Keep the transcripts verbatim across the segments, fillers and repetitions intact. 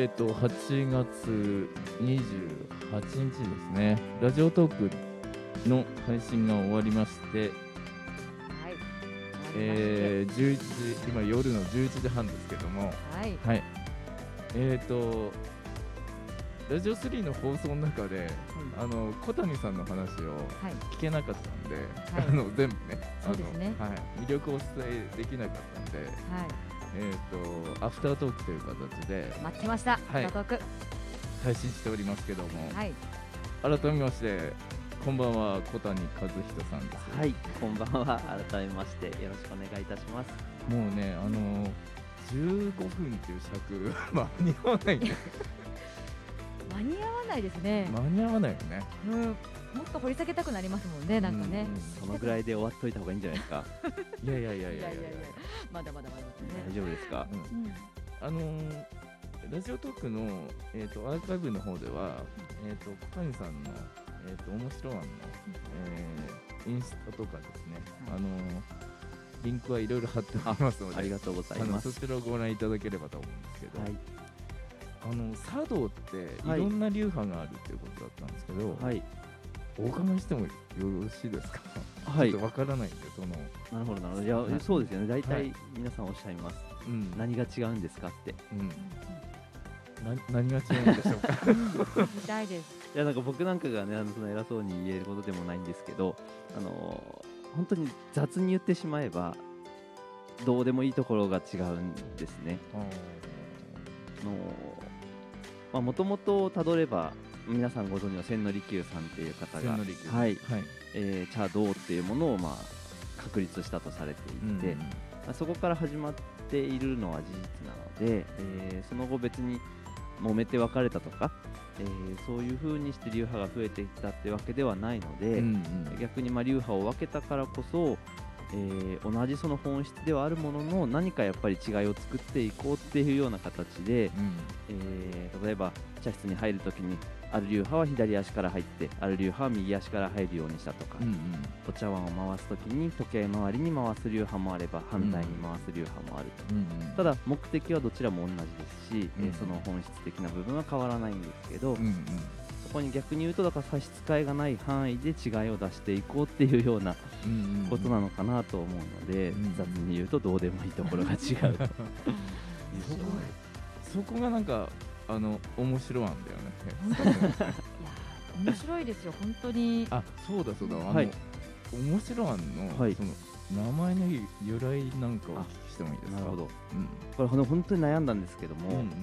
えーとはちがつにじゅうはちにちですね、ラジオトークの配信が終わりまして、 はい、 えー、じゅういちじ、今夜のじゅういちじはんですけども、 はい、 はい、えーとラジオスリーの放送の中で、はい、あの小谷さんの話を聞けなかったんで、はい、あの全部ね、 そうですね、 あの、はい、魅力をお伝えできなかったんで、はい、えーとアフタートークという形で待ってました、はい、アフタートーク配信しておりますけども、 はい、 改めましてこんばんは、小谷和人さんです。 はい、こんばんは。改めましてよろしくお願いいたします。 もうね、あのじゅうごふんっていう尺間に合わないね間に合わないですね。 間に合わないよね、 うん、もっと掘り下げたくなりますもんね、なんかね、 うん、そのぐらいで終わっといた方がいいんじゃないですかいやいやいやいやいやいやまだまだまだ、ね、 大丈夫ですか、 うん、あのー、ラジオトークの、えー、とアーカイブの方では、えー、と小谷さんの、えー、と面白案の、えー、インスタとかですね、あのー、リンクはいろいろ貼ってありますので、 あ, ありがとうございます。 そちらをご覧いただければと思うんですけど、はい、あの茶道っていろんな流派があるっていうことだったんですけど、はい、お伺いしてもよろしいですか？はい、ちょっとわからないんで、そのなるほどなるほど、いや、はい、そうですよね、大体皆さんおっしゃいます、はい、うん、何が違うんですかって、うん、 な何が違うんでしょうか見たいです。 いや、なんか僕なんかがね、あのその偉そうに言えることでもないんですけど、あのー、本当に雑に言ってしまえばどうでもいいところが違うんですね。もともとたどれば皆さんご存知の千利休さんっていう方が、はいはい、えー、茶道っていうものをまあ確立したとされていて、うん、そこから始まっているのは事実なので、えー、その後別に揉めて別れたとか、えー、そういう風にして流派が増えていったってわけではないので、うんうん、逆にまあ流派を分けたからこそ、えー、同じその本質ではあるものの何かやっぱり違いを作っていこうっていうような形で、うん、えー、例えば茶室に入るときにある流派は左足から入ってある流派は右足から入るようにしたとか、うんうん、お茶碗を回すときに時計回りに回す流派もあれば反対に回す流派もあると、うんうん、ただ目的はどちらも同じですし、うんうん、えー、その本質的な部分は変わらないんですけど、うんうん、そこに逆に言うとだから差し支えがない範囲で違いを出していこうっていうようなことなのかなと思うので、うんうん、雑に言うとどうでもいいところが違うとそ, こそこがなんかあの面白いんだよね。 いや面白いですよ本当に。 あ、そうだそうだ、あの、はい、面白いの、はい、その名前の由来なんかをお聞きしてもいいですか？ なるほど、うん、これ本当に悩んだんですけども、うんうん、え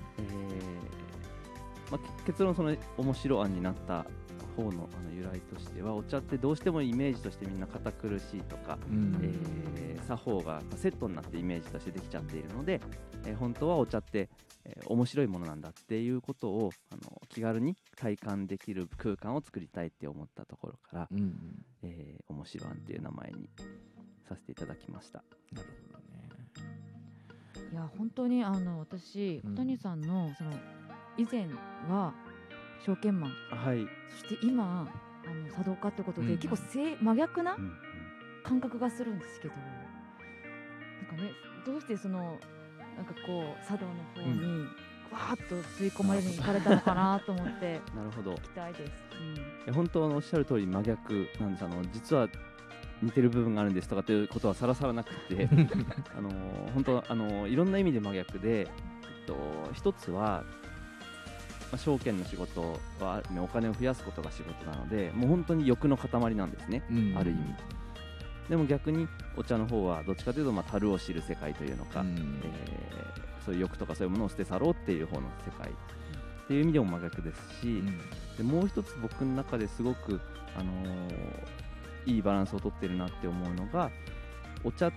ーまあ、結論その面白案になった方 の, あの由来としては、お茶ってどうしてもイメージとしてみんな堅苦しいとか、うん、えー、作法がセットになってイメージとしてできちゃっているので、えー、本当はお茶って、えー、面白いものなんだっていうことをあの気軽に体感できる空間を作りたいって思ったところから、うん、えー、面白案っていう名前にさせていただきました。 なるほどね。 いや本当にあの私小谷さんのその以前は証券マン、はい、そして今あの茶道家ってことで、うん、結構真逆な感覚がするんですけど、うん、なんかね、どうしてそのなんかこう茶道の方に、うん、わーっと吸い込まれに行かれたのかなと思ってなるほど、 聞きたいです、 うん、本当おっしゃる通り真逆なんです。あの実は似てる部分があるんですとかっていうことはさらさらなくてあの本当あのいろんな意味で真逆で、えっと、一つはまあ、証券の仕事はお金を増やすことが仕事なので、もう本当に欲の塊なんですね、うんうん、ある意味。でも逆にお茶の方はどっちかというとまあ樽を知る世界というのか、うん、えー、そういう欲とかそういうものを捨て去ろうっていう方の世界っていう意味でも真逆ですし、うん、でもう一つ僕の中ですごく、あのー、いいバランスをとってるなって思うのが、お茶って、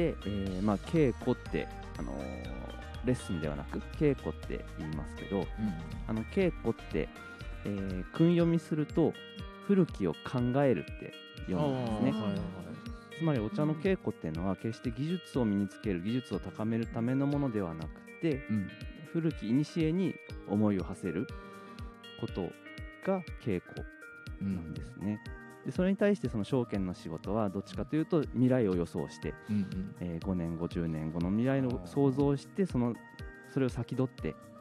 えーまあ、稽古って、あのーレッスンではなく稽古って言いますけど、うん、あの稽古って、えー、訓読みすると古きを考えるって読むんですね。つまりお茶の稽古っていうのは決して技術を身につける、技術を高めるためのものではなくて、うん、古き古に思いを馳せることが稽古なんですね。うん、でそれに対してその証券の仕事はどっちかというと未来を予想して、うんうん、えー、ごねんごじゅうねんごの未来の想像をして、そのそれを先取って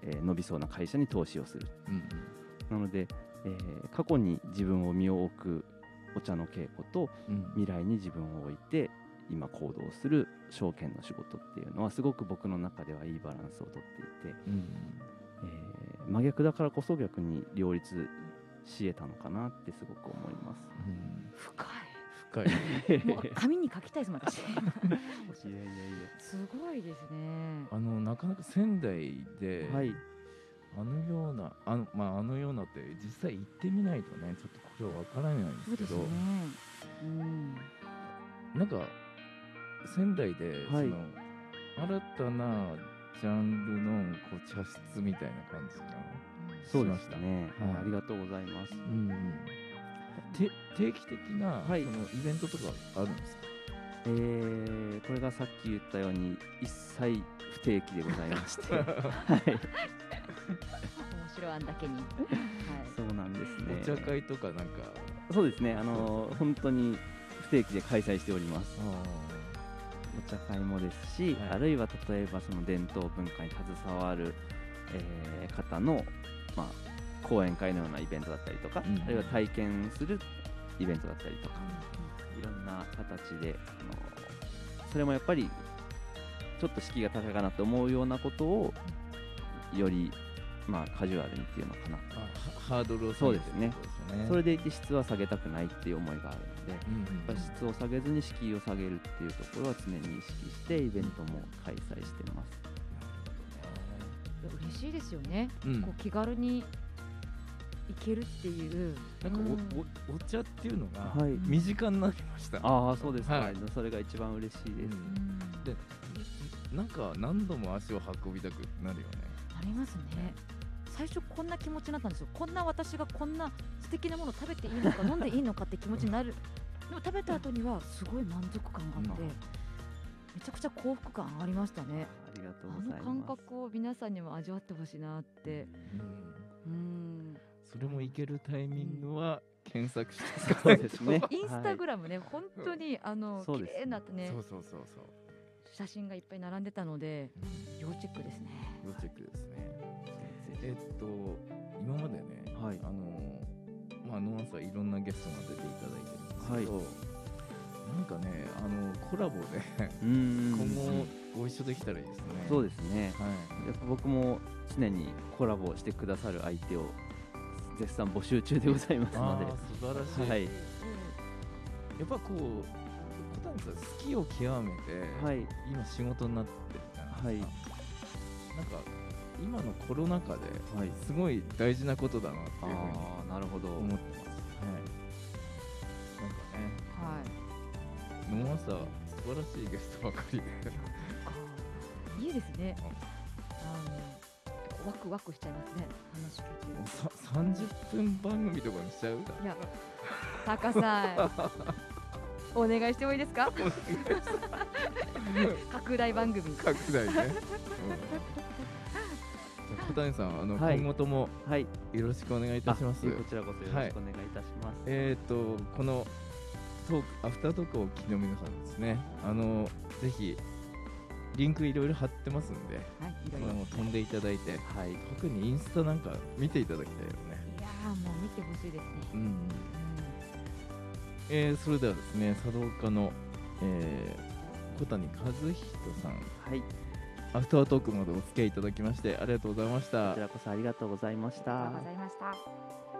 えー伸びそうな会社に投資をする。 うんうんなので、えー過去に自分を身を置くお茶の稽古とうん未来に自分を置いて今行動する証券の仕事っていうのはすごく僕の中ではいいバランスをとっていて、 うんえー真逆だからこそ逆に両立し得たのかなってすごく思います。 うん深深いい。もう紙に書きたいですもん私。 いやいやいやすごいですね。 あのなかなか仙台で、 はいあのようなあの,、まあ、あのようなって実際行ってみないとねちょっとこれは分からないんそうですすでけど、 ね。うん。 なんか仙台で、 はいその新たなジャンルのこう茶室みたいな感じがそうでしましたすね、 はいありがとうございます。 うんうんて定期的な、 はいそのイベントとかあるんですか？ えーこれがさっき言ったように一切不定期でございましてはい面白い案だけに。はい。 そうなんですね。 お茶会とかなんかそうですね、あのー本当に不定期で開催しております。 あお茶会もですし、 はいあるいは例えばその伝統文化に携わる、えー方の、まあ、講演会のようなイベントだったりとか、 うんあるいは体験するイベントだったりとか、いろんな形で、あのーそれもやっぱりちょっと敷居が高いかなと思うようなことをより、まあ、カジュアルにっていうのかな、 あハハードルを下げてるってことですよね。 それでいて質は下げたくないっていう思いがあるので、 うんうんやっぱり質を下げずに敷居を下げるっていうところは常に意識してイベントも開催してます。 いや嬉しいですよね。 うんこう気軽に行けるっていう。 なんかお、 うんおお茶っていうのがはい身近になりました。 ああそうですか、 はいそれが一番嬉しいです。 うんでなんか何度も足を運びたくなるよね。 ありますね。最初こんな気持ちになったんですよ。こんな私がこんな素敵なもの食べていいのか飲んでいいのかって気持ちになる。でも食べた後にはすごい満足感があって、 うんめちゃくちゃ幸福感ありましたね。 ありがとうあございます。 の感覚を皆さんにも味わってほしいなって。 うんうん。 それもいけるタイミングは検索してそうですねインスタグラムね、本当にあの綺そうですね麗なねそうそうそうそう。 写真がいっぱい並んでたので要チェックですね。 要チェックですね。えっと今までね、 はいあのまあノアさんいろんなゲストが出ていただいてるんですけど、なんかねあのコラボでうーん今後ご一緒できたらいいですね。 そうですね、 はい。 やっぱ僕も常にコラボしてくださる相手を絶賛募集中でございますのであー素晴らしい。 はいやっぱこう小谷さん好きを極めて、 はい今仕事になってるじゃないですか。 はいなんか今のコロナ禍ではいすごい大事なことだなっていうふうにああなるほど思ってます。はい。なんかね、 はい。 ノアさん素晴らしいゲストばかりで。 いいですね。あのワクワクしちゃいますね。話聞いてるもうささんじゅっぷん番組とかにしちゃう。 いや、タカさん、お願いしてもいいですか？拡大番組。 拡大ね。うん、じゃあ小谷さん、あの、 はい今後ともはいよろしくお願いいたします。 あこちらこそよろしくお願いいたします、 えっ、とこのトークアフタートークをお聞きの皆さんですね、あのぜひリンクいろいろ貼ってますんで、 はい、いろいろ。 もう飛んでいただいて、 はい特にインスタなんか見ていただきたいよね。 いやーもう見てほしいですね。 うん、 うんえー、それではですね、茶道家の、えー、小谷和人さん、 はいアフタートークまでお付き合いいただきましてありがとうございましたこち。らこそありがとうございましたありがとうございました。